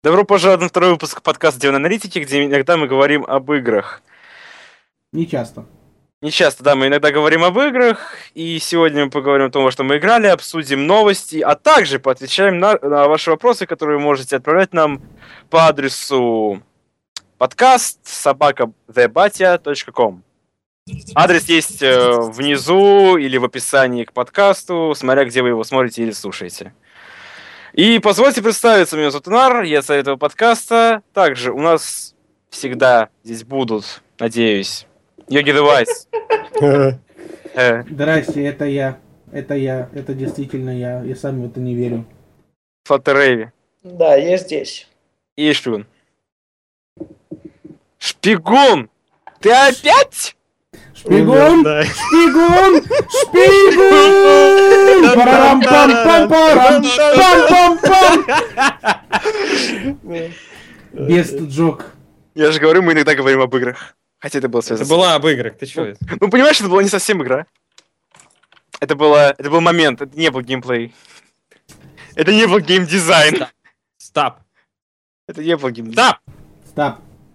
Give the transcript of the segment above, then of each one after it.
Добро пожаловать на второй выпуск подкаста «Демон Аналитики», где иногда мы говорим об играх. Не часто. Не часто, да, мы иногда говорим об играх, и сегодня мы поговорим о том, во что мы играли, обсудим новости, а также поотвечаем на ваши вопросы, которые вы можете отправлять нам по адресу podcast@thebatya.com. Адрес есть внизу или в описании к подкасту, смотря где вы его смотрите или слушаете. И позвольте представиться, меня зовут Инар, я царь этого подкаста. Также у нас всегда здесь будут, надеюсь, Йоги Девайс. Здрасте, это я. Это действительно я. Я сам в это не верю. Флаттерейви. Да, я здесь. И Шпигун. Шпигун! Ты опять? Шпигун! Шпигун! Шпигун! Парам-пам-пам-парам-пам-пам-пам! Best joke. Я же говорю, мы иногда говорим об играх. Хотя это было связано. Это была об играх, ты чё? Ну, понимаешь, это была не совсем игра. Это был момент, это не был геймплей. Это не был геймдизайн. Стоп. Это не был геймдизайн. Стоп! Стоп.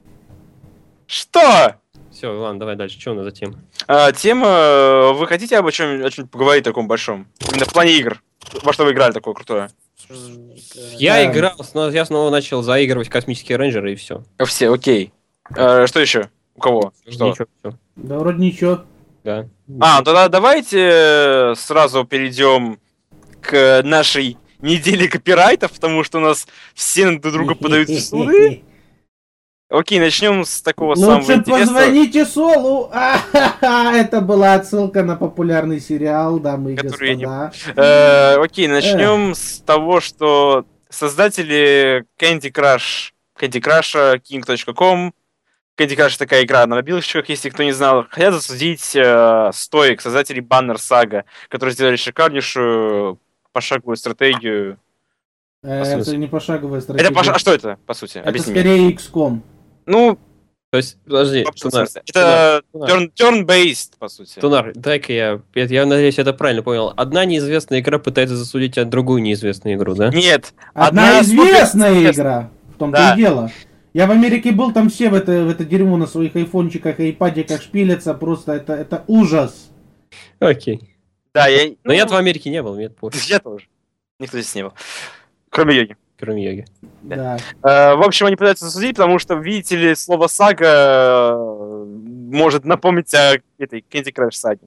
Что? Все, ладно, давай дальше. Что у нас за тема? Тема... Вы хотите об чем поговорить таком большом? Именно в плане игр. Во что вы играли такое крутое? Я Да. играл, я снова начал заигрывать в космические рейнджеры и все. Все, окей. Что еще? У кого? Что? Ничего, всё. Да вроде ничего. Да. Тогда давайте сразу перейдем к нашей неделе копирайтов, потому что у нас все друг друга подают в суды. Окей, начнем с такого самого Лучше интересного. позвоните Солу. Это была отсылка на популярный сериал, дамы и Который я не- господа. Окей, начнем с того, что создатели Candy Crush, King.com, Candy Crush такая игра на мобилочках, если кто не знал, хотят засудить Stoic, создателей Banner Saga, которые сделали шикарнейшую пошаговую стратегию. Это не пошаговая стратегия. А что это, по сути? Это Объясни мне. скорее XCOM. Ну, То есть, подожди, в общем, Тунар, это Тунар, turn-based, по сути. Тунар, дай-ка я надеюсь, это правильно понял. Одна неизвестная игра пытается засудить другую неизвестную игру, да? Нет, Одна известная супер- игра. В том-то Да. и дело. Я в Америке был, там все в это дерьмо на своих айфончиках и айпадиках шпилятся. Просто это ужас. Окей. Да, Но я-то в Америке не был, мне это пофиг, Я тоже. Никто здесь не был. Кроме Йоги. кроме йоги. Да. В общем, они пытаются засудить, потому что, видите ли, слово «сага» может напомнить о этой Candy Crush саге.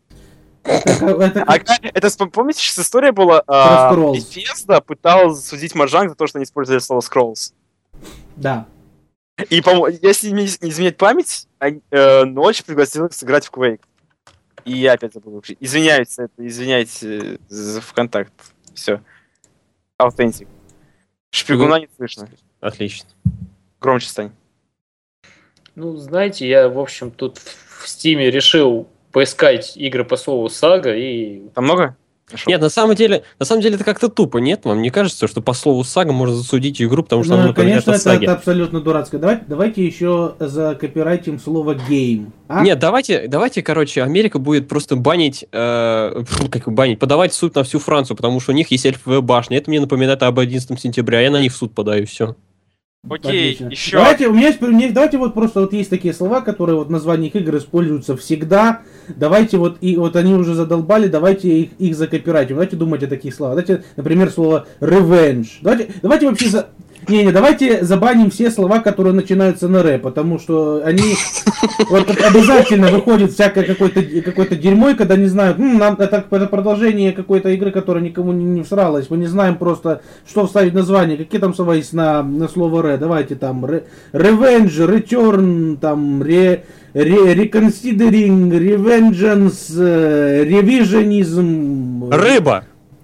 Помните, сейчас история была? Про Scrolls. Bethesda пыталась засудить Mojang за то, что они использовали слово Scrolls. Да. И, если не изменять память, Ночь пригласил их сыграть в Quake. И я опять забыл вообще. Извиняйте за ВКонтакт. Все. Аутентик. Шпигуна не слышно. Отлично. Громче стань. Ну, знаете, я, в общем, тут в Стиме решил поискать игры по слову сага и... Там много? Нашел? Нет, на самом деле это как-то тупо, нет? Вам не кажется, что по слову сага можно засудить игру, потому что она, например, конечно, это саги? это абсолютно дурацкое. Давайте еще закопирайтим слово гейм. Нет, давайте, короче, Америка будет просто банить, подавать в суд на всю Францию, потому что у них есть эльфовая башня. Это мне напоминает об 11 сентября, я на них в суд подаю, все. Окей, Отлично. еще. Давайте вот просто вот есть такие слова, которые вот в названиях игр используются всегда. Давайте вот они уже задолбали, давайте их закопирайтим. Давайте думать о таких словах. Давайте, например, слово revenge. Давайте вообще давайте забаним все слова, которые начинаются на ре, потому что они вот обязательно выходит всякое какое-то дерьмо, и когда не знают, нам это продолжение какой-то игры, которая никому не всралась, мы не знаем просто, что вставить в название, какие там слова есть на слово ре. Давайте там revenge, return, там reconsidering, revengeance, revisionism. Рыба!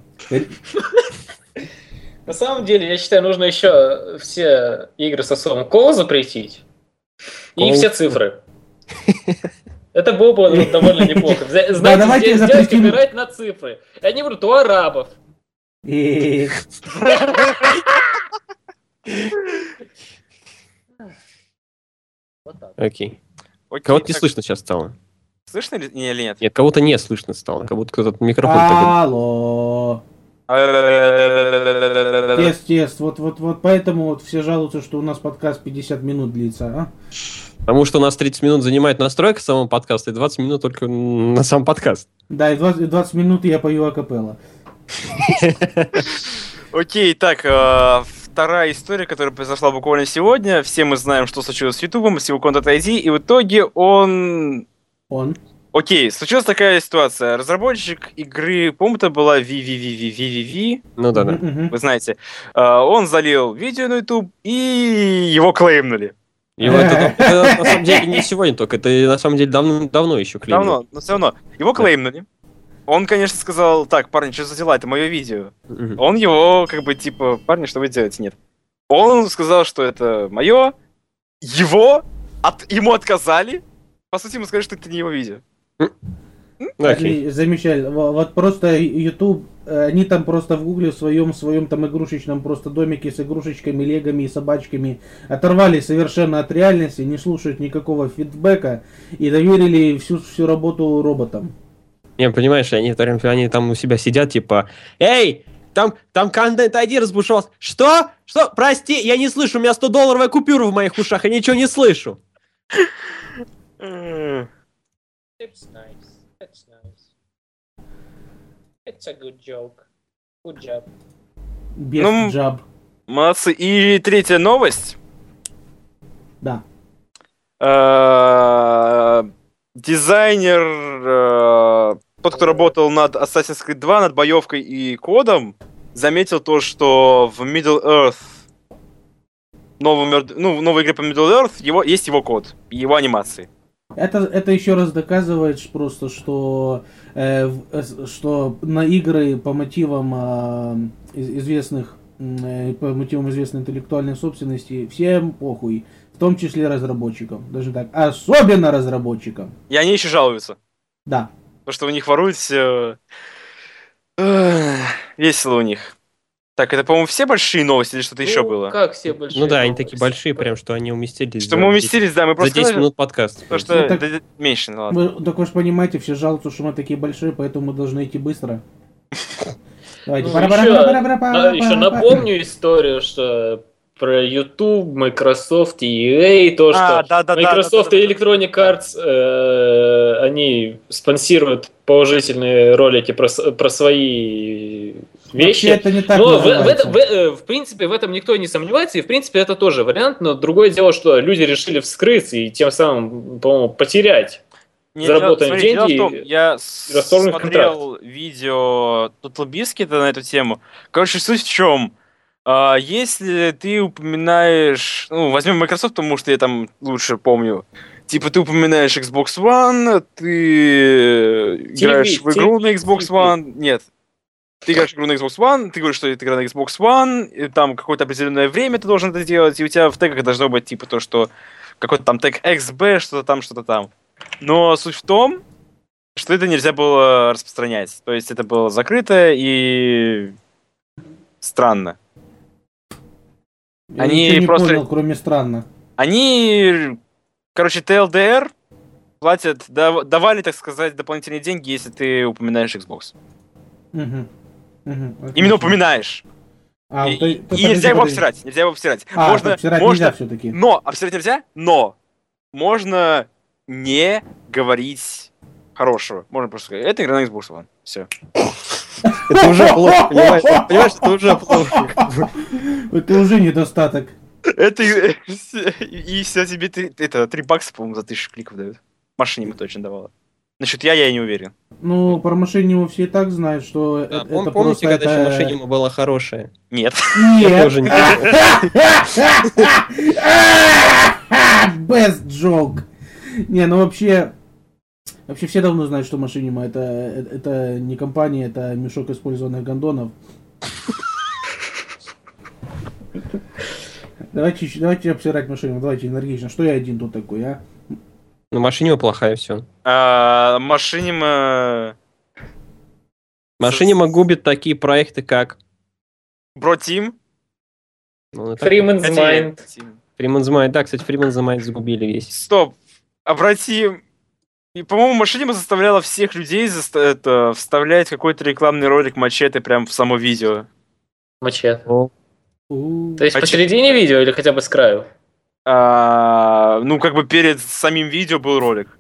На самом деле, я считаю, нужно еще все игры со словом call запретить. И Call. все цифры. Это было бы довольно неплохо. Знаете, давайте сделать запретим. копирайт на цифры. И они будут у арабов. Вот так. Окей. Окей, Кого-то не так, слышно сейчас стало. Слышно или нет? Нет, кого-то не слышно стало, как будто кто-то микрофон так... Алло. Тест. Вот поэтому вот все жалуются, что у нас подкаст 50 минут длится, а? Потому что у нас 30 минут занимает настройка самого подкаста, и 20 минут только на сам подкаст. Да, и 20 минут я пою акапелла. Окей, так, вторая история, которая произошла буквально сегодня. Все мы знаем, что случилось с Ютубом, с его Content.id, и в итоге он... Окей, случилась такая ситуация. Разработчик игры, по-моему, это была VVVVVVV. Ну да. Вы знаете. Он залил видео на YouTube, и его клеймнули. Его это на самом деле не сегодня только, это на самом деле давно еще клеймнули. Давно, но все равно. Его клеймнули. Он, конечно, сказал, так, парни, что за дела, это мое видео. Он его, как бы, типа, парни, что вы делаете? Нет. Он сказал, что это мое. Ему отказали. По сути, ему сказали, что это не его видео. Замечательно. Вот просто YouTube, они там просто в Гугле в своем там игрушечном просто домике с игрушечками, легами и собачками оторвались совершенно от реальности, не слушают никакого фидбэка и доверили всю работу роботам. Не, понимаешь, они там у себя сидят, типа, эй, там Content.id разбушевался. Что? Что? Прости, я не слышу, у меня $100 купюра в моих ушах, я ничего не слышу. It's nice. It's nice. It's a good joke. Good job. Best job. Молодцы. И третья новость. Да. Дизайнер, тот, кто работал над Assassin's Creed 2, над боевкой и кодом, заметил то, что в Middle-earth, новой игре по Middle-earth, есть его код и его анимации. Это еще раз доказывает просто, что на игры по мотивам известной интеллектуальной собственности всем похуй, в том числе разработчикам, даже так, особенно разработчикам. И они еще жалуются. Да. Потому что у них воруют все. Весело у них. Так, это, по-моему, все большие новости или что-то еще было? Как все большие Ну да, новости? они такие большие, прям, что они уместились. Что мы уместились, да, мы За просто... 10 минут подкаста. Потому что так... меньше, ну ладно. Так вы же понимаете, все жалуются, что мы такие большие, поэтому мы должны идти быстро. Давайте. Еще напомню историю, что про YouTube, Microsoft и EA, то, что Microsoft и Electronic Arts, они спонсируют положительные ролики про свои вещи. Это не так но в принципе, в этом никто не сомневается, и в принципе это тоже вариант, но другое дело, что люди решили вскрыться и тем самым, по-моему, потерять заработанные деньги. Я смотрел видео Total Biscuit на эту тему. Короче, суть в чем? Если ты упоминаешь... возьмем Microsoft, потому что я там лучше помню. Типа, ты упоминаешь Xbox One, ты играешь в игру на Xbox One. Нет. Ты играешь в игру на Xbox One, ты говоришь, что это игра на Xbox One, и там какое-то определенное время ты должен это делать, и у тебя в тегах должно быть типа то, что какой-то там тег XB, что-то там. Но суть в том, что это нельзя было распространять. То есть это было закрыто и странно. Я не понял, кроме странно. Они, TLDR платят, давали, так сказать, дополнительные деньги, если ты упоминаешь Xbox. Именно упоминаешь. И нельзя его обсирать. Нельзя все-таки. Но, обсирать нельзя, но можно не говорить хорошего. Можно просто сказать, это игра на Xbox One. Все. Это уже плохо, понимаешь? Понимаешь, это уже плохо. Это уже недостаток. Это и все тебе $3, по-моему, за 1000 кликов дают. Маша ему точно давала. Насчет я не уверен. Ну, про Машинину все и так знают, что это помните, просто... когда еще Машинина была хорошая? Нет. Нет. Тоже не Best joke. Не, ну вообще все давно знают, что Машинима это не компания, это мешок использованных гондонов. Давайте обсирать Машиниму, давайте энергично. Что я один тут такой, а? Ну, Машинима плохая, все. Машинима губит такие проекты, как... Bro Team. Freeman's Mind. Freeman's Mind, да, кстати, Freeman's Mind загубили весь. Стоп. Обратим И, по-моему, Машинима заставляла всех людей вставлять какой-то рекламный ролик Мачете прям в само видео. Мачете. О, То есть посередине видео или хотя бы с краю? Ну, как бы перед самим видео был ролик.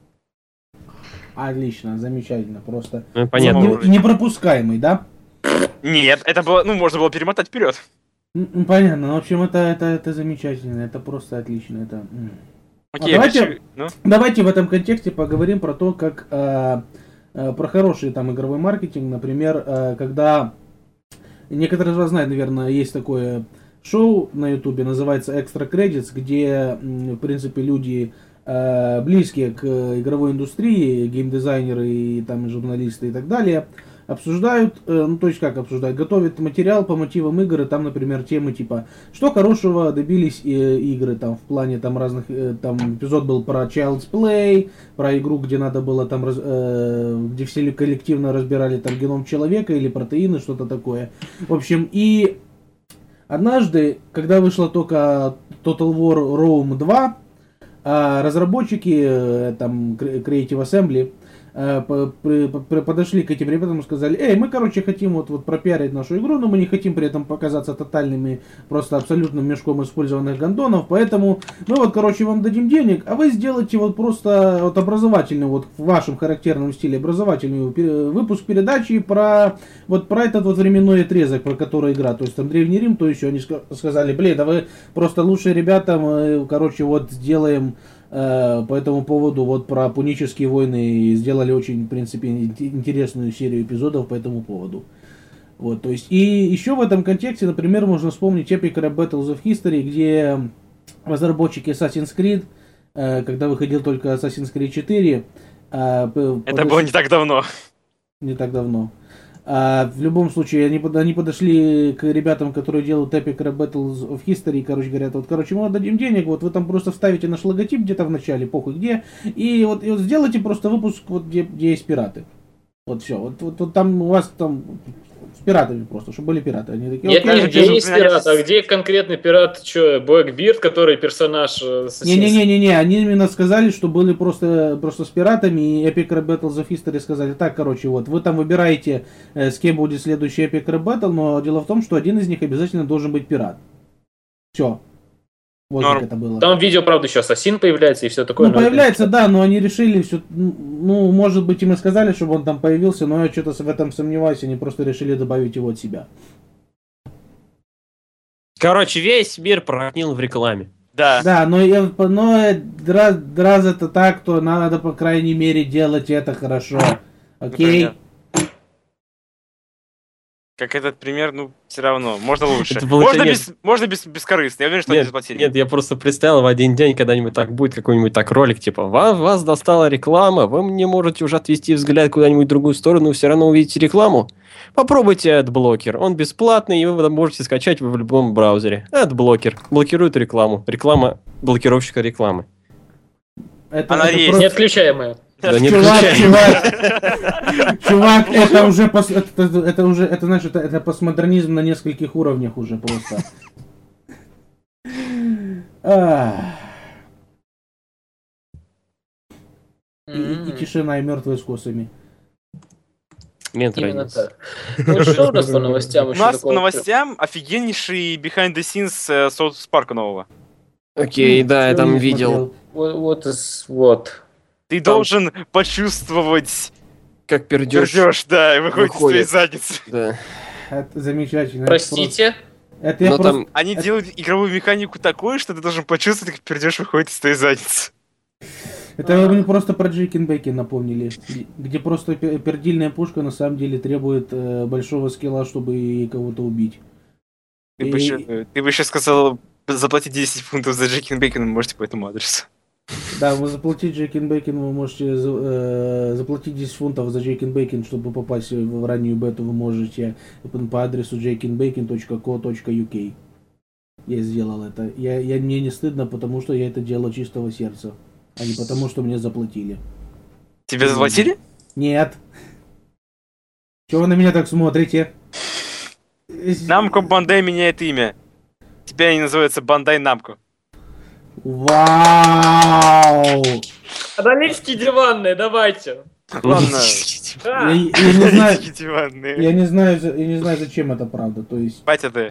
Отлично, замечательно, просто. ну, понятно. Непропускаемый, да? Нет, это было, можно было перемотать вперед. Понятно, в общем, это замечательно, это просто отлично, это... Окей, давайте в этом контексте поговорим про то, как про хороший там игровой маркетинг, например, когда некоторые из вас знают, наверное, есть такое шоу на ютубе, называется Extra Credits, где, в принципе, люди близкие к игровой индустрии, геймдизайнеры и там журналисты и так далее, обсуждают, ну то есть как обсуждают, готовят материал по мотивам игр, и там, например, темы типа, что хорошего добились игры, там в плане там разных, там эпизод был про Child's Play, про игру, где надо было там, где все коллективно разбирали там геном человека или протеины, что-то такое. В общем, и однажды, когда вышла только Total War Rome 2, разработчики там Creative Assembly подошли к этим ребятам и сказали: мы, короче, хотим вот пропиарить нашу игру, но мы не хотим при этом показаться тотальными, просто абсолютным мешком использованных гандонов, поэтому мы вот, короче, вам дадим денег, а вы сделайте вот просто вот образовательный, вот в вашем характерном стиле, образовательный выпуск передачи про этот вот временной отрезок, про который игра, то есть там Древний Рим, то еще они сказали: блин, да вы просто лучшие ребята, мы, короче, вот сделаем по этому поводу вот про пунические войны и сделали очень, в принципе, интересную серию эпизодов по этому поводу. Вот, то есть, и еще в этом контексте, например, можно вспомнить Epic Rap Battles of History, где разработчики Assassin's Creed, когда выходил только Assassin's Creed 4... Это было не так давно. Не так давно. В любом случае, они подошли к ребятам, которые делают Epic Rap Battles of History, короче, говорят: вот, короче, мы вам дадим денег, вот вы там просто вставите наш логотип где-то в начале, похуй где, и вот сделайте просто выпуск, вот где есть пираты. Вот все, вот там у вас там с пиратами просто, чтобы были пираты. Они такие: нет, где есть пират, а где конкретный пират, что, Blackbeard, который персонаж... Не-не-не, они именно сказали, что были просто с пиратами, и Epic Rap Battles of History сказали: так, короче, вот, вы там выбираете, с кем будет следующий Epic Rap Battle, но дело в том, что один из них обязательно должен быть пират. Все. Вот как это было. Там в видео, правда, еще ассасин появляется и все такое. Ну, появляется, да, но они решили все... Ну, может быть, им и сказали, чтобы он там появился, но я что-то в этом сомневаюсь, они просто решили добавить его от себя. Короче, весь мир прогнил в рекламе. Да. Да, но раз это так, то надо, по крайней мере, делать это хорошо. Окей? Как этот пример, ну, все равно, можно лучше. Можно бескорыстно, я уверен, что они заплатили. Нет, я просто представил в один день, когда-нибудь так будет, какой-нибудь так ролик, типа, вас достала реклама, вы не можете уже отвести взгляд куда-нибудь в другую сторону, все равно увидите рекламу. Попробуйте AdBlocker, он бесплатный, и вы можете скачать в любом браузере. AdBlocker блокирует рекламу, реклама блокировщика рекламы. Она есть. Просто... Неотключаемая. Да, чувак, это уже, это значит, это постмодернизм на нескольких уровнях уже просто. И тишина, и мертвые с косами. Нет, именно так. Ну что у нас по новостям? У нас по новостям офигеннейший behind the scenes South Park нового. Окей, да, я там видел. Вот. Ты должен почувствовать, как пердеж, да, и выходит из твоей задницы. Да. Это замечательно. Простите? Они делают игровую механику такую, что ты должен почувствовать, как пердеж выходит из твоей задницы. Это мне просто про Джейкен Бейкен напомнили, где просто пердильная пушка на самом деле требует большого скилла, чтобы кого-то убить. Ты бы еще сказал заплатить 10 фунтов за Джейкен Бейкен, вы можете по этому адресу. Да, вы заплатить Джейкен Бейкен, вы можете заплатить 10 фунтов за Джейкен Бейкен, чтобы попасть в раннюю бету, вы можете по адресу jkenbacon.co.uk. Я сделал это. Мне не стыдно, потому что я это делал от чистого сердца, а не потому, что мне заплатили. Тебе заплатили? Нет. Чего вы на меня так смотрите? Намко Бандай меняет имя. Теперь они называются Бандай Намко. Вау! Аналитики диванные, давайте. Ладно. Да. Я не знаю, Диванные. я не знаю, зачем это правда. То есть, Батя ты.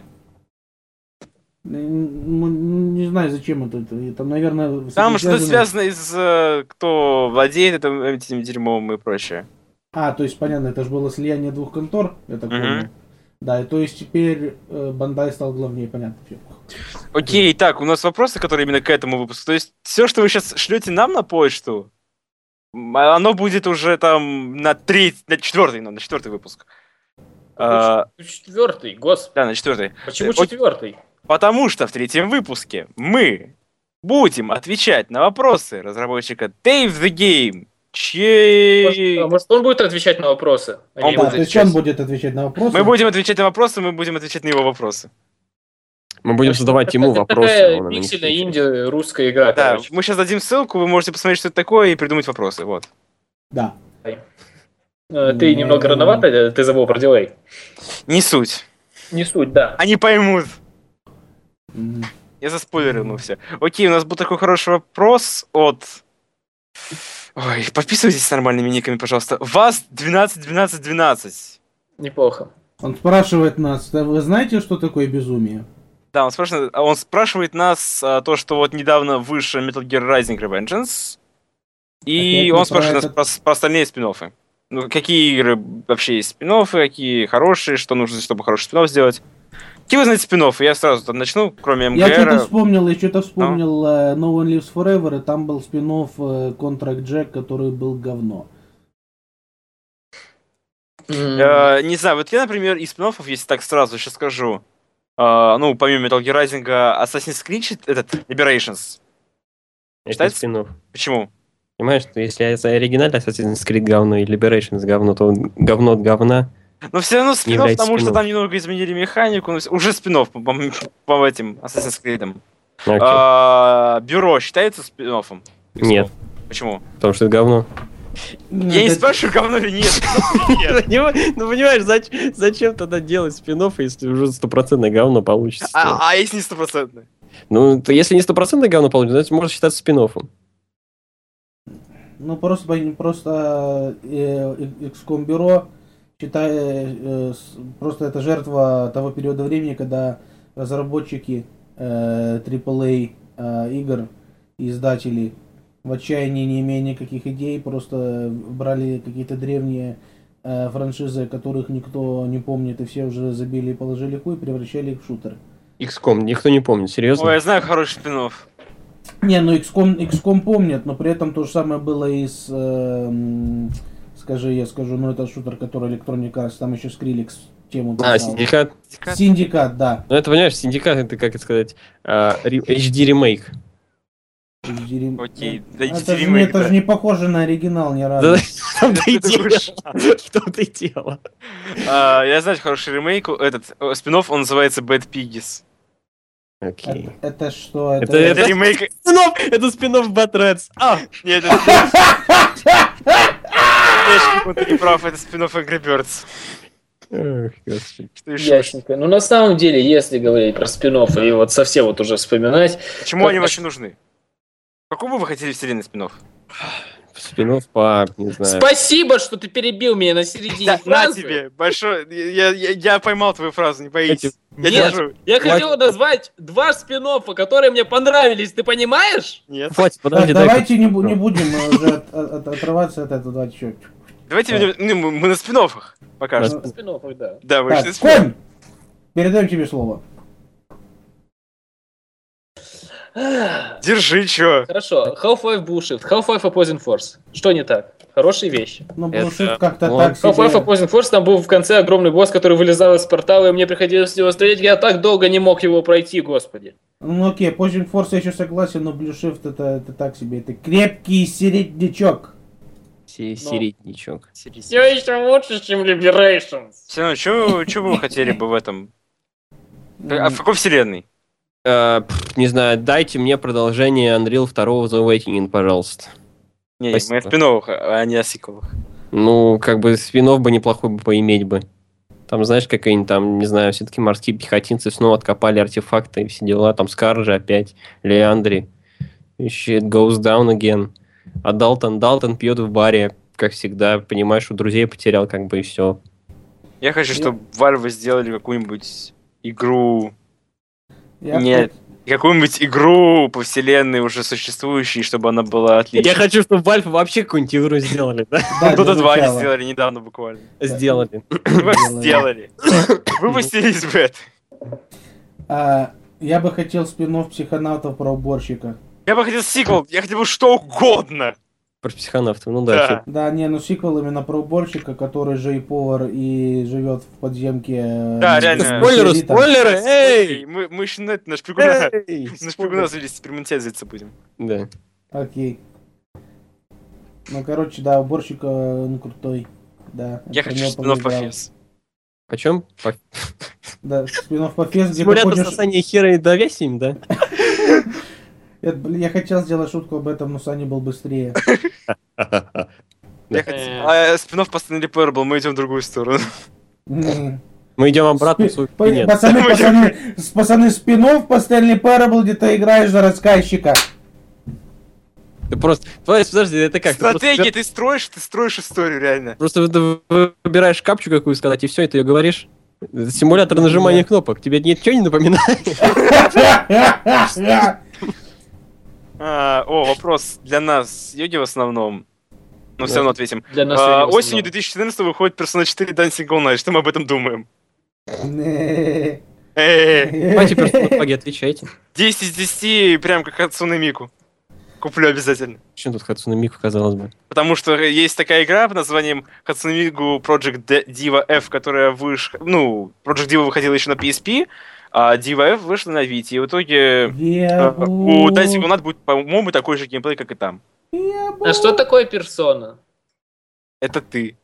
не знаю, зачем это. Там, наверное, Там что-то связано из кто владеет этим дерьмом и прочее. То есть, понятно, это же было слияние двух контор, я так Мгм. понял. Да, и то есть теперь Бандай стал главнее, понятно. Всё. Окей, так, у нас вопросы, которые именно к этому выпуску. То есть, все, что вы сейчас шлете нам на почту, оно будет уже там на четвертый выпуск. Четвертый, господи. Да, на четвертый. Почему четвертый? Потому что в третьем выпуске мы будем отвечать на вопросы разработчика Dave the Game, чей... Может, он будет отвечать на вопросы? Он Да, будет то есть отвечать. он будет отвечать на вопросы. Мы будем отвечать на вопросы, мы будем отвечать на его вопросы. Мы будем задавать ему Это вопросы. такая он на них пиксельная отвечает. инди русская игра, Да, короче. мы сейчас дадим ссылку, вы можете посмотреть, что это такое, и придумать вопросы. Вот. Да. Ты немного рановато, ты забыл про дилей. Не суть. Не суть, да. Они поймут. Мгм. Я заспойлерил, ну все. Окей, у нас был такой хороший вопрос от... Ой, подписывайтесь с нормальными никами, пожалуйста. Вас 121212. Неплохо. Он спрашивает нас, вы знаете, что такое безумие? Да, он спрашивает нас то, что вот недавно вышел Metal Gear Rising Revengeance. И Опять он мы спрашивает про нас про остальные спин-оффы. Ну, какие игры вообще есть спин-оффы, какие хорошие, что нужно, чтобы хороший спин-офф сделать. Какие вы знаете спин-оффы? Я сразу там начну, кроме Я что-то МГР. вспомнил, No One Lives Forever, и там был спин-офф Contract Jack, который был говно. Не знаю, вот я, например, из спин-оффов, если так сразу сейчас скажу, ну, помимо Metal Gear Rising, Assassin's Creed, этот, Liberations. Это Считается? спин-офф. Почему? Понимаешь, что если оригинальный Assassin's Creed говно и Liberations говно, то говно от говна. Но все равно спин-офф, является потому что спин-офф. там немного изменили механику, но уже спин-офф по этим Assassin's Creed. Окей. Бюро считается спин-оффом? Нет, Почему? потому что это говно. Я не спрашиваю, говно или нет. Ну понимаешь, зачем тогда делать спин-офф, если уже стопроцентное говно получится? А если не стопроцентно? Ну, то если не стопроцентное говно получится, значит может считаться спин-оффом. Ну, просто XCOM Бюро, просто это жертва того периода времени, когда разработчики AAA игр и издатели в отчаянии, не имея никаких идей, просто брали какие-то древние франшизы, о которых никто не помнит, и все уже забили и положили хуй, и превращали их в шутеры. XCOM, никто не помнит, серьезно? Ой, я знаю хороший спин-офф. Не, ну XCOM помнят, но при этом то же самое было и с... я скажу, ну это шутер, который Electronic Arts, там еще Skrillex тему писал. Синдикат. Синдикат, да. Ну это, понимаешь, Синдикат, это, как это сказать, HD ремейк. Окей, Это дайте же ремейк, это да. же не похоже на оригинал ни разу. Да, в том-то и Это дело. лучше. В том-то и дело. Я знаю хороший ремейк, этот спин-офф, он называется Bad Piggies. Окей. Это что? Это- Это ремейк... Это спин-офф Bad Reds. Нет, это... Ты не прав, это спин-офф Angry Birds. Ох, господи. Что еще? Ясненько. Ну, на самом деле, если говорить про спин и вот совсем вот уже вспоминать, Почему они вообще нужны? Какую бы вы хотели вселенной спин-офф? Спин-офф по, не знаю. спасибо, что ты перебил меня на середине На фразы. тебе, большое... Я поймал твою фразу, не боитесь. Я Нет. держу. Я хотел назвать два спин которые мне понравились, ты понимаешь? Нет. Хватит, Так, подожди, дай давайте не будем уже отрываться от этого. Давайте еще. Давайте мы на спин-оффах пока На что. На спин да. Да, вы Так, на спин-офф. Конь! Передаем тебе слово. Держи, чё? Хорошо, Half-Life Bullshit, Half-Life Opposing Force. Что не так? Хорошие вещи. Ну, Это Bullshit как-то он- так себе. Half-Life Opposing Force, там был в конце огромный босс, который вылезал из портала, и мне приходилось его стрелять, я так долго не мог его пройти, господи. Ну окей, Opposing Force я еще согласен, но Blue Shift это так себе. Это крепкий середнячок. Середнячок. Все еще лучше, чем Liberations. Все равно, чё вы хотели бы в этом? А в какой вселенной? Не знаю, дайте мне продолжение Unreal 2 The Awakening, пожалуйста. Не, мы Спасибо. о спин-оффах, а не о сиквелах. Ну, как бы спин-офф бы неплохой бы поиметь бы. Там, знаешь, какие-нибудь там, не знаю, все-таки морские пехотинцы снова откопали артефакты и все дела. Там Скаржи опять, Леандри. Shit goes down again. А Далтон пьет в баре, как всегда. Понимаешь, что друзей потерял, как бы, и все. Я хочу, чтобы Valve сделали какую-нибудь игру... Нет, какую-нибудь игру по вселенной уже существующей, чтобы она была отличной. Я хочу, чтобы Valve вообще какую-нибудь игру сделали, да? Dota 2 они сделали недавно буквально. Сделали. Сделали. Выпустились в это. Я бы хотел спин-офф психонавтов про уборщика. Я бы хотел сиквел, я хотел бы что угодно. Про психонавтов, ну да. Да, не, сиквел именно про уборщика, который же и повар, и живет в подземке. Да, реально. Спойлеры, эй! Мы еще на шпигуна завелись, теперь монетизироваться будем. Да. Окей. Ну, короче, да, уборщик, он крутой. Да. Я хочу спин-офф по Фес. Почем? Да, спин-офф по Фес, где симулятор сосания хера и довесим, да? Я хотел сделать шутку об этом, но Саня был быстрее. Спин-офф по Stanley Parable, мы идем в другую сторону. Мы идем обратно в свой кабинет. Пацаны, спин-офф по Stanley Parable, где ты играешь за рассказчика. Ты просто... Подожди, это как? Стратегия, ты строишь историю, реально. Просто выбираешь капчу какую сказать, и все, и ты ее говоришь. Симулятор нажимания кнопок. Тебе ничего не напоминает? Вопрос для нас, Йоги в основном. Но все равно ответим. Осенью 2014 выходит Persona 4 Dancing All Night. Что мы об этом думаем? Давайте Persona Паги отвечайте. 10 из 10, прям как Хацуне Мику. Куплю обязательно. Почему тут Хацуне Мику, казалось бы? Потому что есть такая игра под названием Хацуне Мику Project Diva F, которая вышла... Ну, Project Diva выходила еще на PSP, а Diva F вышла на Vita. И в итоге у Dancing All Night будет, по-моему, такой же геймплей, как и там. А что такое персона? Это ты.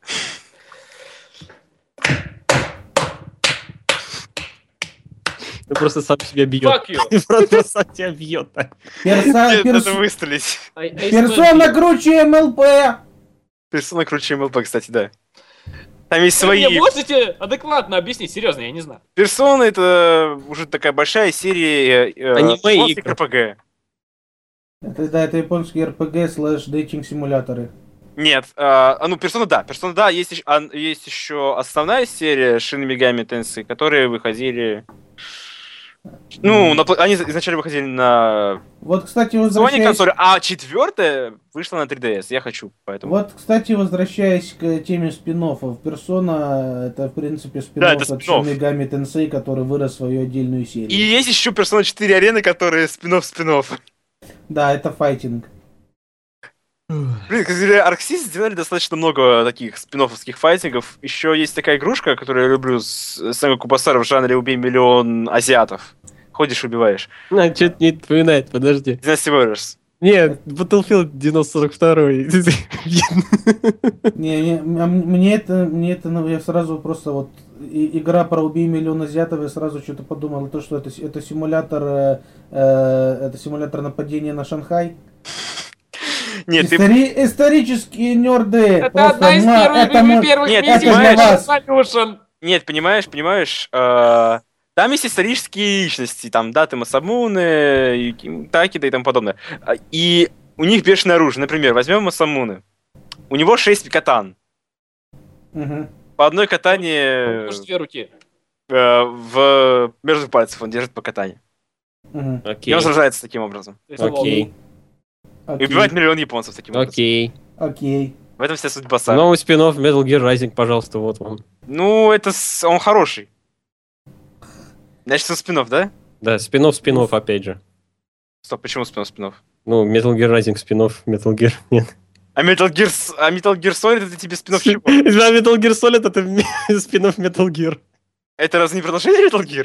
Ты просто сам себя бьет. Fuck you. Просто сам тебя бьет. Надо выстрелить. Персона круче МЛП. Персона круче МЛП, кстати, да. Там есть свои... Вы мне можете адекватно объяснить? Серьезно, я не знаю. Персона — это уже такая большая серия японских РПГ. Это японские РПГ слэш дейтинг симуляторы. Нет, Персона да, есть еще основная серия Shin Megami Tensei, которые выходили... Ну, они изначально выходили на вот, кстати, Sony консоли, а четвертая вышла на 3DS. Я хочу, поэтому. Вот, кстати, возвращаясь к теме спин-оффов. Persona — это, в принципе, спин-офф от Shin Megami Tensei, который вырос в свою отдельную серию. И есть еще Persona 4 арены, которые спин-офф. Да, это файтинг. Блин, как Арксис сделали достаточно много таких спин-оффовских файтингов. Еще есть такая игрушка, которую я люблю, Сэмми Кубасара в жанре «Убей миллион азиатов». Ходишь, убиваешь. Что-то не напоминает, подожди. Dynasty Warriors. Нет, Battlefield 942. Мне это, я сразу просто вот игра про «Убей миллион азиатов», я сразу что-то подумал, то, что это симулятор нападения на Шанхай. Нет, исторические нерды. Это одна из первых миссий. Нет, понимаешь, там есть исторические личности, там даты Масамуны, Такида и тому подобное. И у них бешеное оружие. Например, возьмем Масамуны. У него 6 катан. По одной катане... Может, 2 руки. Между пальцев он держит по катане. И он сражается таким образом. Окей. И убивает миллион японцев таким образом. Окей. В этом вся суть босса. Новый спин-офф Metal Gear Rising, пожалуйста, вот вам. Ну, он хороший. Значит, он спин-офф, да? Да, спин-офф, опять же. Стоп, почему спин-офф? Ну, Metal Gear Rising спин-офф, Metal Gear нет. А Metal Gear Solid это тебе спин-офф чего? Да, Metal Gear Solid это спин-офф Metal Gear. Это разве не продолжение Metal Gear?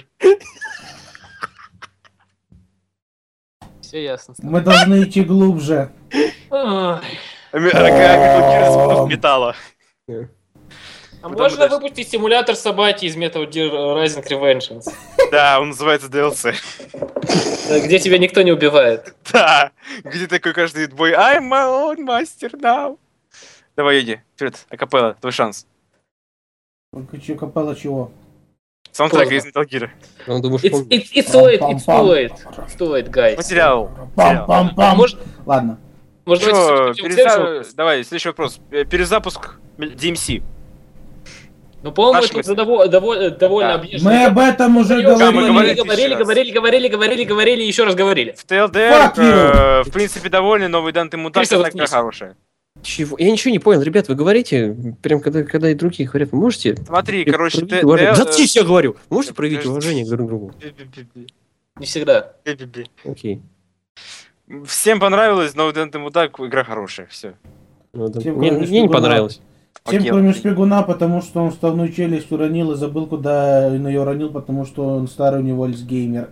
Все ясно. Мы должны идти глубже. Metal Gear спин-офф металла. А можно выпустить симулятор собаки из Metal Gear Rising Revengeance? Да, он называется DLC. Где тебя никто не убивает. Да, где такой каждый бой I'm my own master now. Давай, Йоги, вперед, акапелла, твой шанс. Акапелла чего? Саундтрек из Metal Gear. Ну, думаешь, It's too late, guys. Потерял. Пам-пам-пам. Может, Ладно. Давай, следующий вопрос. Перезапуск DMC. Ну, по-моему, Наш это мысль. довольно Да. объезжено. Мы об этом уже Да, мы говорили. говорили и еще раз говорили. В TLDR, Fuck you. в принципе, довольны, новый Данте Мутант Крисов, такая хорошая. Чего? Я ничего не понял, ребят, вы говорите, прям когда и другие говорят, вы можете... Смотри, короче, проявить уважение? Заткнись, я говорю! Можете проявить уважение друг к другу? Не всегда. Окей. Всем понравилось, новый Данте Мутант, игра хорошая, все. Ну, да. Тем, Мне кроме не Шпигуна. понравилось. Всем, Окей, кроме окей. Шпигуна, потому что он вставную челюсть уронил и забыл, куда он ее уронил, потому что он старый, у него альцгеймер.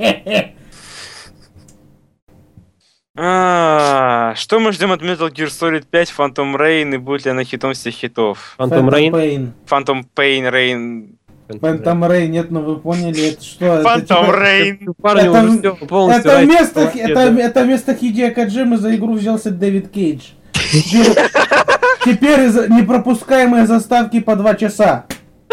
Что мы ждем от Metal Gear Solid 5, Phantom Rain, и будет ли она хитом всех хитов? Phantom Rain. Pain. Phantom Pain, Rain... Phantom Rain, нет, ну вы поняли, это что? Phantom Это, типа- Rain! Парни Это- уже всё полностью это right. место, Молодец, это место Хидео Коджимы за игру взялся Дэвид Кейдж. Теперь непропускаемые заставки по 2 часа.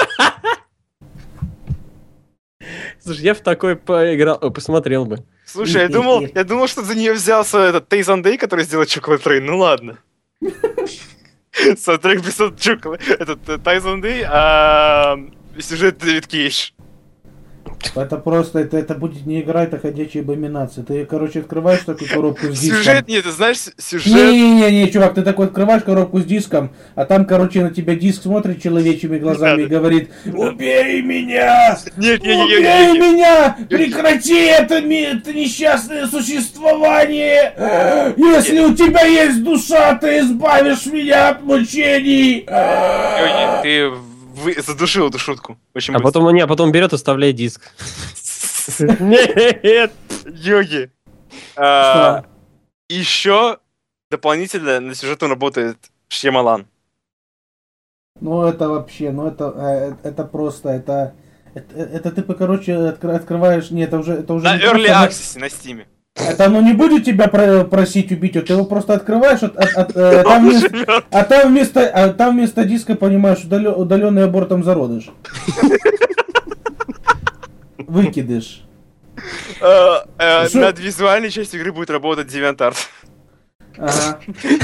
Слушай, я в такой поиграл, посмотрел бы. Слушай, я думал, что за нее взялся этот Тейзон Дэй, который сделал Chocolate Rain, ну ладно. Саундтрек писал этот Тайзон Дэй, а сюжет Дэвид Кейдж. Это просто, это будет не игра, это ходячая абоминация. Ты, короче, открываешь такую коробку с диском. Сюжет, нет, ты знаешь, сюжет... Не, чувак, ты такой открываешь коробку с диском, а там, короче, на тебя диск смотрит человечьими глазами и говорит: «Убей меня! Нет, Убей меня! Прекрати это несчастное существование! Если у тебя есть душа, ты избавишь меня от мучений!» Ты задушил эту шутку. Очень А быстро. потом берет и вставляет диск. Нет! Йоги. Что? Еще дополнительно на сюжет работает Шьямалан. Ну это вообще, это просто, это ты, короче, открываешь, нет, это уже На не Early просто- Access на Steam. Это оно не будет тебя просить убить, вот ты его просто открываешь, там вместо диска, понимаешь, удаленный абортом зародыш. Выкидыш. Над визуальной частью игры будет работать DeviantArt. Ага.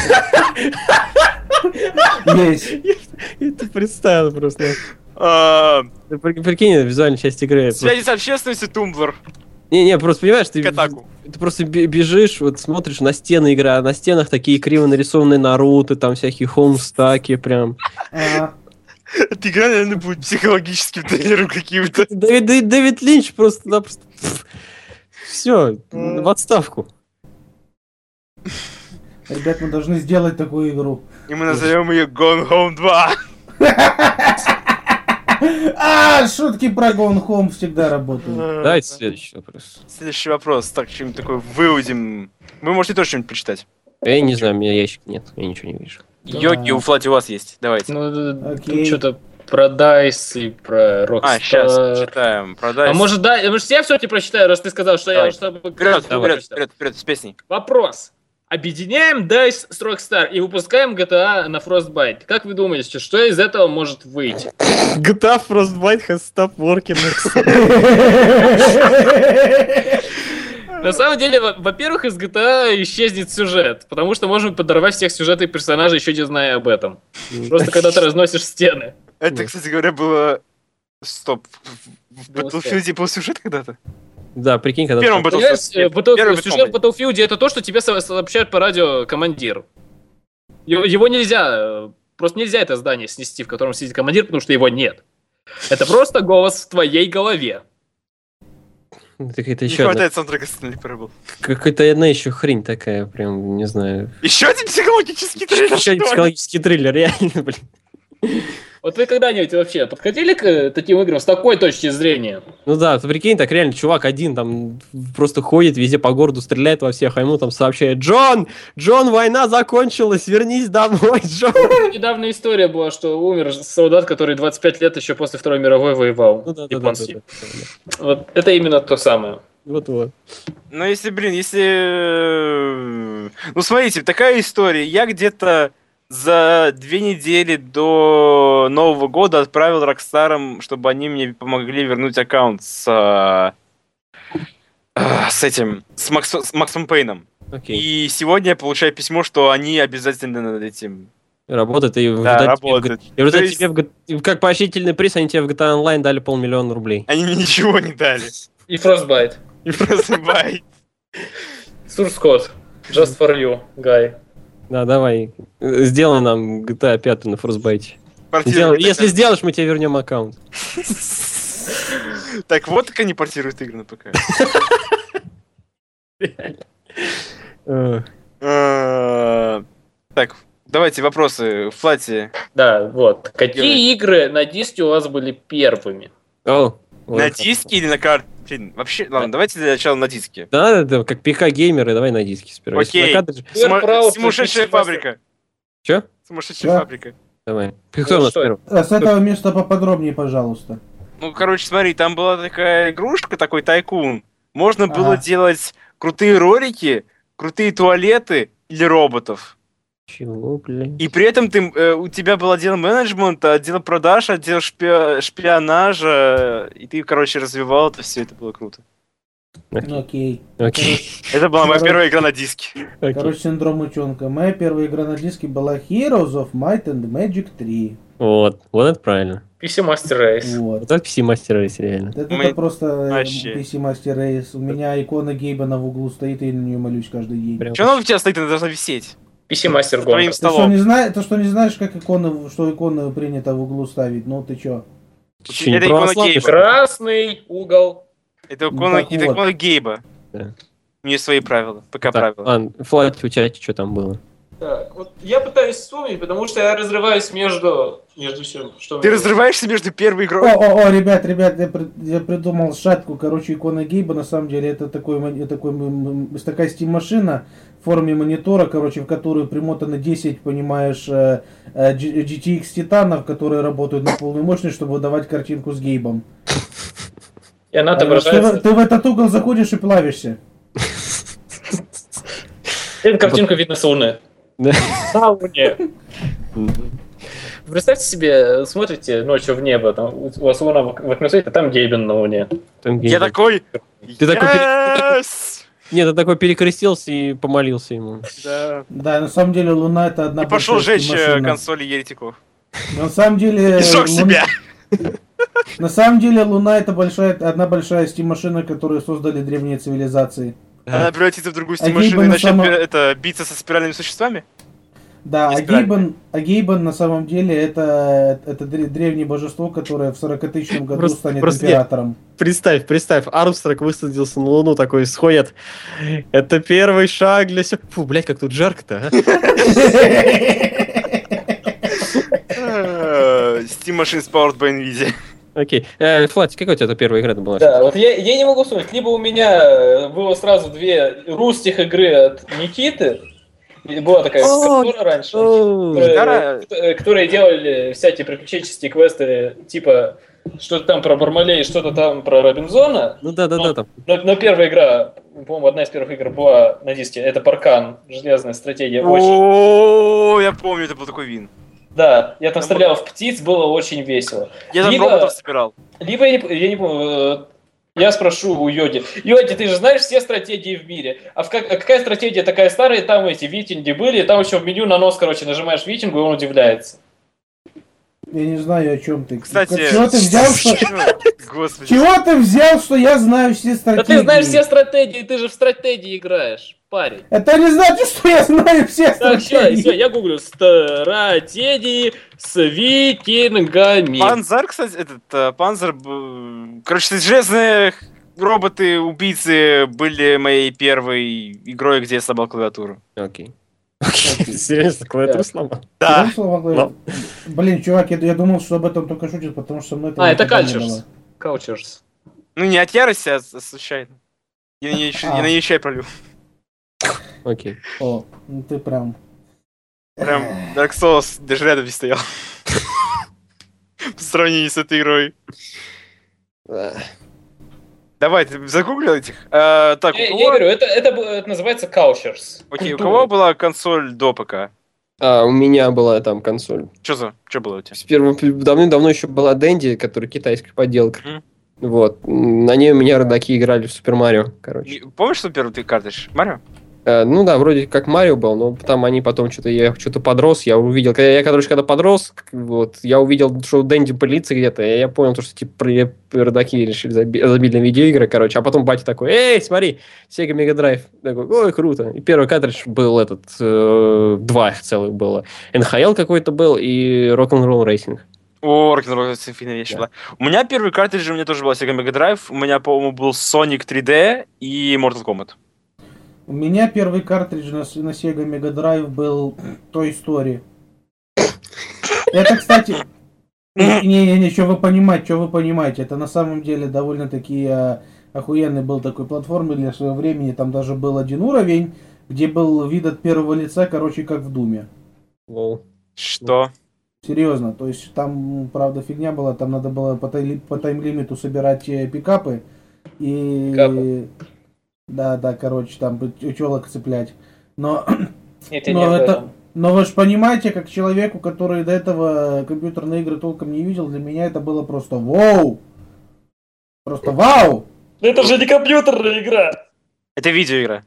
Есть. Я это представил просто. А, Ты прикинь, визуальная часть игры. Связи с общественностью Tumblr. Не, просто понимаешь, ты Катаку. просто бежишь, вот смотришь на стены игры, а на стенах такие криво нарисованные Наруто, там всякие хоумстаки прям. Ага. Эта игра, наверное, будет психологическим триллером каким-то. Дэвид Линч просто-напросто... Все, в отставку. Ребят, мы должны сделать такую игру. И мы назовем ее Gone Home 2. Шутки про Gone Home всегда работают. Давайте следующий вопрос. Следующий вопрос. Так, что-нибудь такое выудим. Вы можете тоже что-нибудь почитать. Я не знаю, у меня ящик нет, я ничего не вижу. Йоги у Флати у вас есть. Давайте. Ну, Окей. тут что-то про DICE и про Rockstar. Сейчас читаем. Продай. А может, да, может, я все-таки прочитаю, раз ты сказал, что Давай. я... Чтобы... Вперед, с песней. Вопрос. Объединяем DICE с Rockstar и выпускаем GTA на Frostbite. Как вы думаете, что из этого может выйти? GTA Frostbite has stopped working. На самом деле, во-первых, из GTA исчезнет сюжет, потому что можно подорвать всех сюжетов и персонажей, еще не зная об этом. Просто когда ты разносишь стены. Это, кстати говоря, было... Стоп. В Было Battlefield был сюжет когда-то? Да, прикинь, когда... В первом Понимаешь, Первый сюжет в Battlefield это то, что тебе сообщают по радио командир. Его нельзя, просто нельзя это здание снести, в котором сидит командир, потому что его нет. Это просто голос в твоей голове. Это какая-то Не еще одна... хватает саундтрека Stanley Parable. Какая-то одна еще хрень такая, прям, не знаю. Еще один психологический триллер, Еще один что ли? психологический триллер, реально, блин. Вот вы когда-нибудь вообще подходили к таким играм с такой точки зрения? Ну да, ты прикинь, так реально, чувак один там просто ходит, везде по городу стреляет во всех, а ему там сообщает: Джон, война закончилась, вернись домой, Джон. Недавно история была, что умер солдат, который 25 лет еще после Второй мировой воевал. Ну да. Японский. Вот это именно то самое. Вот. Ну, если... Ну, смотрите, такая история. Я где-то за 2 недели до Нового года отправил Рокстарам, чтобы они мне помогли вернуть аккаунт с Максом Пейном. Окей. И сегодня я получаю письмо, что они обязательно над этим... Работает, и в Да, результате тебе работает. и в результате То есть- тебе как поощрительный приз они тебе в GTA Online дали 500 000 рублей. Они мне ничего не дали. И Frostbite. И просто бай. Source code. Just for you, guy. Да, давай. Сделай нам GTA 5 на Frostbite. Портируют Если это. сделаешь, мы тебе вернем аккаунт. Так вот, как они портируют игры на ПК. Так, давайте вопросы. Флати, Да, вот. Какие Герой. игры на диске у вас были первыми? О, на вот. диске или на карте? Блин, вообще, ладно, давайте для начала на диске. Да, да, как ПК-геймеры, давай на диске сперва. Если Окей. на картридже- Proud, Сумасшедшая PC фабрика. Чё? Сумасшедшая Да. фабрика. Давай. Кто у нас что? первый? С этого места поподробнее, пожалуйста. Ну, короче, смотри, там была такая игрушка, такой тайкун. Можно было Ага. делать крутые ролики, крутые туалеты или роботов. Чего, блин? И при этом у тебя был отдел менеджмента, отдел продаж, отдел шпионажа, и ты, короче, развивал это все, это было круто. Окей. Окей. Это была моя Короче- первая игра на диске. Окей. Короче, синдром утенка. Моя первая игра на диске была Heroes of Might and Magic 3. Вот это правильно. PC Master Race. Вот. Вот это PC-мастер Race, реально. Это Мы- просто Вообще. PC Master Race. У меня икона Гейбана в углу стоит, и я на нее молюсь каждый день. Прям. Что она у тебя стоит, она должна висеть? PC Master Твоим Гонка. столом. Ты что не знаешь, как что иконы принято в углу ставить? Ну ты чё? Чё, не Это икона православный, Гейба. что ли? Красный угол. Это икона, так это вот. икона Гейба. Да. У нее свои правила, ПК Так, правила. ладно, Флайт, у тебя что там было? Так, вот я пытаюсь вспомнить, потому что я разрываюсь между всем, что Ты разрываешься между первой игрой. Ребят, я придумал шатку. Короче, икона Гейба, на самом деле, это такая Steam-машина в форме монитора, короче, в которую примотано 10, понимаешь, GTX титанов, которые работают на полную мощность, чтобы выдавать картинку с Гейбом. И она Ты отображается. в этот угол заходишь и плавишься. Эту картинку видно с Луны. Да. На Луне. Представьте себе, смотрите ночью в небо, там, у вас Луна в окне светит, а там Гейбен на Луне. Там Я геймер. такой... Ты такой Yes! Нет, ты такой перекрестился и помолился ему. Да. Да, на самом деле Луна это одна И пошел большая жечь Steam-машина. консоли еретиков. На самом деле... И сжег себя. На самом деле Луна это одна большая Steam-машина, которую создали древние цивилизации. Она превратится в другую А Steam-машину и Гейба на начнет самом- биться со спиральными существами? Да, Есть правильно. Гейбан на самом деле это древнее божество, которое в 40-тысячном году Просто- станет просто императором. Представь, Армстронг высадился на Луну, такой сходит. Это первый шаг для всех. Фу, блядь, как тут жарко-то, а? Steam Machines powered by Nvidia. Окей. Флати, какая у тебя первая игра была? Да, вот я не могу вспомнить. Либо у меня было сразу две русских игры от Никиты. И была такая контора раньше. Которые делали всякие приключенческие квесты, типа что-то там про Бармалей, что-то там про Робинзона. Ну да, там. Но первая игра, по-моему, одна из первых игр была на диске, это Паркан, железная стратегия. Очень. О, я помню, это был такой вин. Да, я там стрелял в птиц, было очень весело. Я там Либо- роботов собирал. Либо я не помню, я спрошу у Йоди. Йоди, ты же знаешь все стратегии в мире. А какая стратегия такая старая? Там эти викинги были, и там еще в меню на нос, короче, нажимаешь викингу, и он удивляется. Я не знаю, о чем ты. Кстати, Чего ты взял, что... Господи. Чего ты взял, что я знаю все Да стратегии? ты знаешь все стратегии, ты же в стратегии играешь, парень. Это не значит, что я знаю все Так, все, стратегии. я гуглю. Стратегии с викингами. Панзер, кстати, Панзер... Короче, железные роботы-убийцы были моей первой игрой, где я сломал клавиатуру. Окей. Серьезно, клавиатуру сломал? Да. Блин, чувак, я думал, что об этом только шутит, потому что мной Это никогда не Cultures. было. Cultures. Ну, не от ярости, а случайно. Я на нее чай пролил. Окей. О, ну ты прям... Прям Dark Souls даже рядом не стоял. По сравнению с этой игрой. Давай, ты загуглил этих? Так, Я говорю, это называется Cultures. Окей, у Культура. кого была консоль до ПК? А у меня была там консоль. Что было у тебя? Давным-давно еще была Dendy, которая китайская подделка. Мгм. Вот. На ней у меня родаки играли в Супер Марио, короче. Помнишь, что первый ты картридж? Марио? Ну да, вроде как Марио был, но там они потом я что-то подрос, я увидел, когда подрос, вот, я увидел, что Дэнди пылится где-то, и я понял, что типа родаки решили забить на видеоигры, короче, а потом батя такой: эй, смотри, Sega Mega Drive. Такой: ой, круто. И первый картридж был два их целых было. NHL какой-то был и Rock'n'Roll Racing. О, Rock'n'Roll Racing офигенная вещь была. У меня первый картридж, у меня тоже была Sega Mega Drive, у меня, по-моему, был Sonic 3D и Mortal Kombat. У меня первый картридж на Sega Mega Drive был Toy Story. Это, кстати... Не, что вы понимаете. Это на самом деле довольно-таки охуенный был такой платформер для своего времени. Там даже был один уровень, где был вид от первого лица, короче, как в Думе. Лол. Что? Серьезно, то есть там, правда, фигня была, там надо было по тайм-лимиту собирать пикапы и... Пикапы. Да, короче, там челок цеплять. Но Это не об этом. Но вы же понимаете, как человеку, который до этого компьютерные игры толком не видел, для меня это было просто вау! Просто вау! Это же не компьютерная игра! Это видеоигра.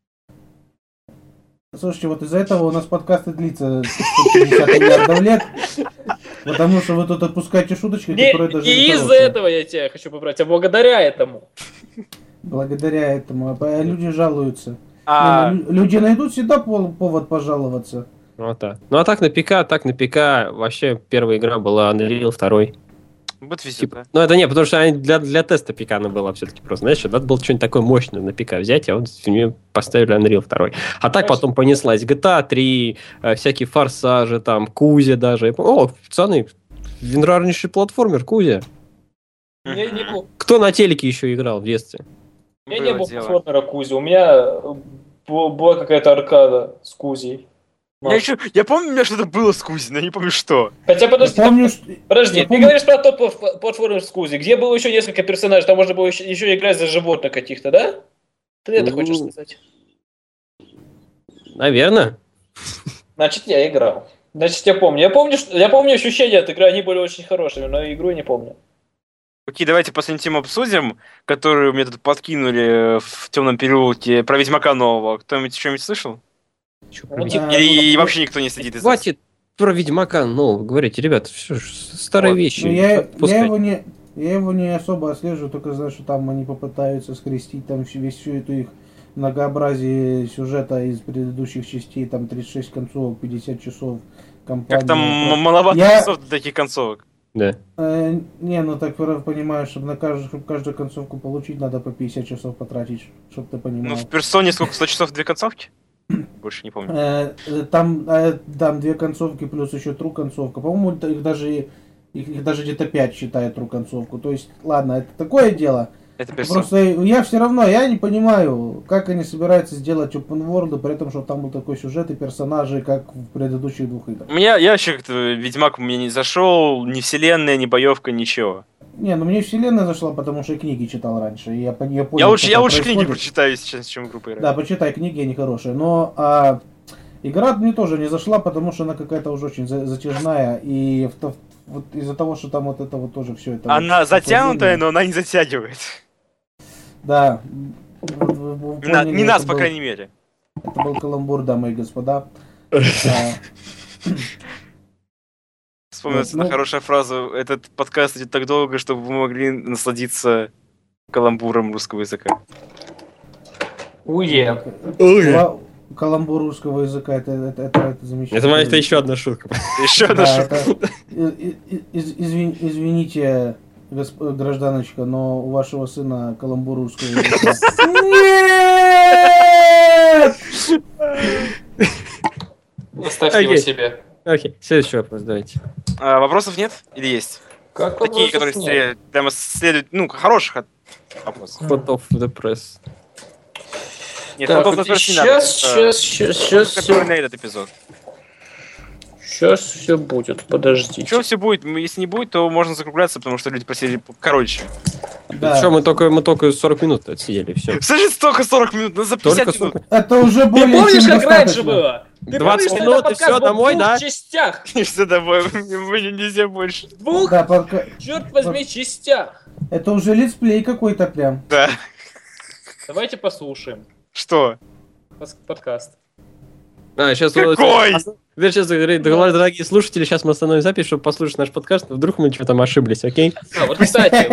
Слушайте, вот из-за этого у нас подкасты длится 150 миллиардов лет, потому что вы тут отпускаете шуточки, которые даже Не не из-за хорошие. этого я тебя хочу побрать, а благодаря этому. Благодаря этому. А люди жалуются. А, Люди найдут всегда повод пожаловаться. Вот так. Ну а так на ПК вообще первая игра была Unreal 2. вот везет, Типа, да? ну это не, потому что для теста ПК она была все-таки просто, знаешь, надо было что-нибудь такое мощное на ПК взять, а вот в нее поставили Unreal 2. А так потом понеслась GTA 3, всякие форсажи, там, Кузя даже. О, пацаны, винрарнейший платформер Кузя. Мне не был. Кто на телеке еще играл в детстве? У меня не Было было дело. платформера Кузи, у меня была какая-то аркада с Кузей. Я помню, у меня что-то было с Кузей, но не помню что. Хотя подожди, Я помню, что... подожди, я ты помню- говоришь про тот платформер с Кузи, где было еще несколько персонажей, там можно было еще играть за животных каких-то, да? Ты это Ну, хочешь сказать? Наверное. Значит, я играл. Значит, я помню. Я помню ощущения от игры, они были очень хорошими, но игру я не помню. Окей, давайте последнюю тему обсудим, которую мне тут подкинули в темном переулке про Ведьмака нового. Кто-нибудь что-нибудь слышал? Чё, Ну, Ведьмак? Или вообще никто не следит из нас? Хватит про Ведьмака, ну, говорите, ребята, все, старые Вот. вещи. Ну, я отпускайте. его не особо отслеживаю, только знаю, что там они попытаются скрестить там всю эту их многообразие сюжета из предыдущих частей, там 36 концовок, 50 часов компании. Как там маловато Я- часов до таких концовок. Да. Не, ну так понимаешь, чтобы чтобы каждую концовку получить, надо по 50 часов потратить, чтобы ты Ну, понимал. в персоне сколько? 100 часов, 2 концовки? Больше не помню. Там 2 концовки плюс еще true концовка. По-моему, их даже где-то 5 считает true концовку. То есть, ладно, это такое дело. Это персона. Просто я все равно, я не понимаю, как они собираются сделать open world, при этом, что там был такой сюжет и персонажи, как в предыдущих 2 играх. Я вообще как-то Ведьмак мне не зашел, ни вселенная, ни боевка, ничего. Не, ну мне вселенная зашла, потому что я книги читал раньше. И я понял, Я лучше что там книги происходит. прочитаю сейчас, чем группы играть. Да, почитай книги, они хорошие. Но игра мне тоже не зашла, потому что она какая-то уже очень затяжная. И вот из-за того, что там вот это вот тоже все это... Она вот, затянутая, но она не затягивает. Да. Вот вы поняли, Не нас, это по был- крайней мере. Это был каламбур, дамы и господа. Вспомнилась Вот, одна ну- хорошая фраза. Этот подкаст идет так долго, чтобы вы могли насладиться каламбуром русского языка. Уе. Каламбур русского языка, это замечательно. Это еще одна шутка. Еще одна Да, шутка. это- Извините, гражданочка, но у вашего сына каламбур русского языка. Нет! Оставьте его Окей. себе. Окей, следующий вопрос, давайте. Вопросов нет? Или есть? Как Такие, которые прямо следуют, хороших вопросов. Hot of the press. Нет, Так, Hot of the Press не надо, сейчас который на этот эпизод. все будет, подождите. Что все будет? Если не будет, то можно закругляться, потому что люди просили короче. Да. Что, мы только 40 минут отсидели, все. Слушай, столько 40 минут, ну за 50 Только минут. 40. Это уже Ты более помнишь, чем как раньше достаточно. было? 20 Это минут, и подкаст все, был домой, в двух да? частях. Все домой, мне нельзя больше. В двух, Да, пока... черт возьми, частях. Это уже летсплей какой-то прям. Да. Давайте послушаем Что? подкаст. Сейчас Какой? Сейчас говорит, дорогие слушатели, сейчас мы остановим запись, чтобы послушать наш подкаст, вдруг мы что-то ошиблись, окей? Вот, кстати,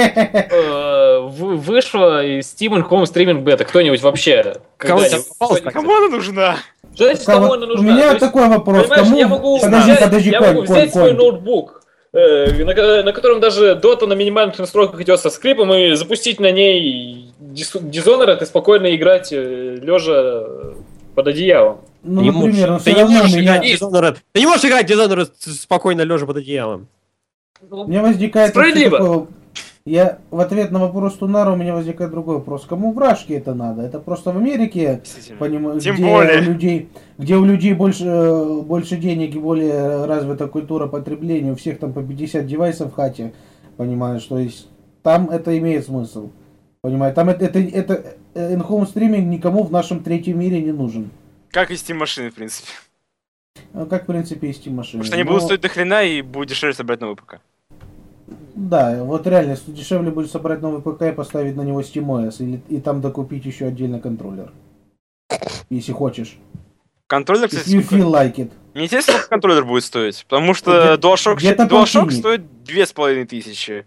вышла Steam Home Streaming Beta. Кто-нибудь вообще? Кому она нужна? Что значит, кому она У нужна? меня То есть, такой вопрос. понимаешь, Кому... я могу Подожди, взять свой Коль. ноутбук, на котором даже Dota на минимальных настройках идет со скрипом, и запустить на ней Dishonored и спокойно играть лежа под одеялом. Ну, Ты не например, но можешь- все ты не равно можешь у меня... играть в Dishonored. Ты не можешь играть в Dishonored спокойно лежа под одеялом. У меня возникает... Справедливо. такой- Я в ответ на вопрос Тунара у меня возникает другой вопрос. Кому в Рашке это надо? Это просто в Америке, Действительно. Тем где более. у людей больше денег и более развита культура потребления, у всех там по 50 девайсов в хате, понимаешь, то есть там это имеет смысл. Понимаешь, там это in-home стриминг никому в нашем третьем мире не нужен. Как и Steam машины, в принципе. Как в принципе и Steam машины. Потому что они будут стоить до хрена и будет дешевле собрать новый ПК. Да, вот реально, дешевле будет собрать новый ПК и поставить на него SteamOS, и там докупить еще отдельно контроллер. Если хочешь. Контроллер, If кстати, you feel like it. мне интересно, сколько контроллер будет стоить. Потому что DualShock где-то DualShock полтинник. стоит 2500.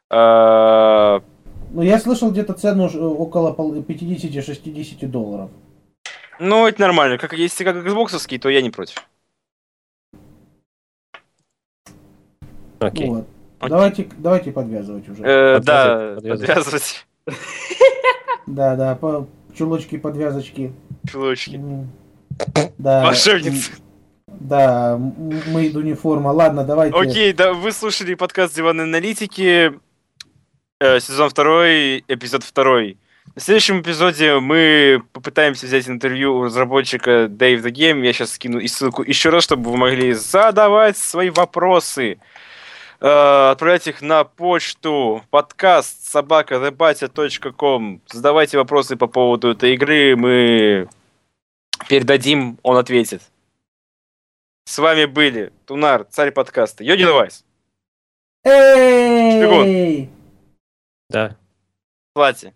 Ну, я слышал где-то цену около 50-60 долларов. Ну, это нормально. Если как Xbox-овский, то я не против. Окей. Вот. Окей. Давайте подвязывать уже. Да, Подвязывать. подвязывать Да, чулочки, подвязочки. пилочки. Да. Волшебница. Да, мейд униформа. Ладно, давайте. Окей, да, вы слушали подкаст «Диванные аналитики», сезон 2, эпизод 2. В следующем эпизоде мы попытаемся взять интервью у разработчика Dave the Game. Я сейчас скину и ссылку еще раз, чтобы вы могли задавать свои вопросы. Отправлять их на почту podcast@thebatya.com. Задавайте вопросы по поводу этой игры. Мы передадим, он ответит. С вами были Тунар, царь подкаста, Йоди Девайс, Эй! Да. Флати.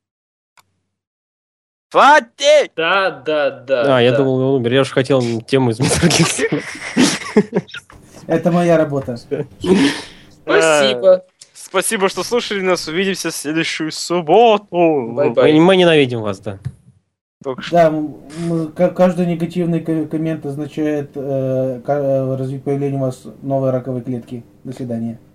Флати! Да. Я думал, он умер. Я же хотел тему из Metal Gear. Это моя работа. Спасибо. Спасибо, что слушали нас. Увидимся в следующую субботу. Бай-бай. Мы ненавидим вас, да. Только что. Да, каждый негативный коммент означает развить появление у вас новой раковой клетки. До свидания.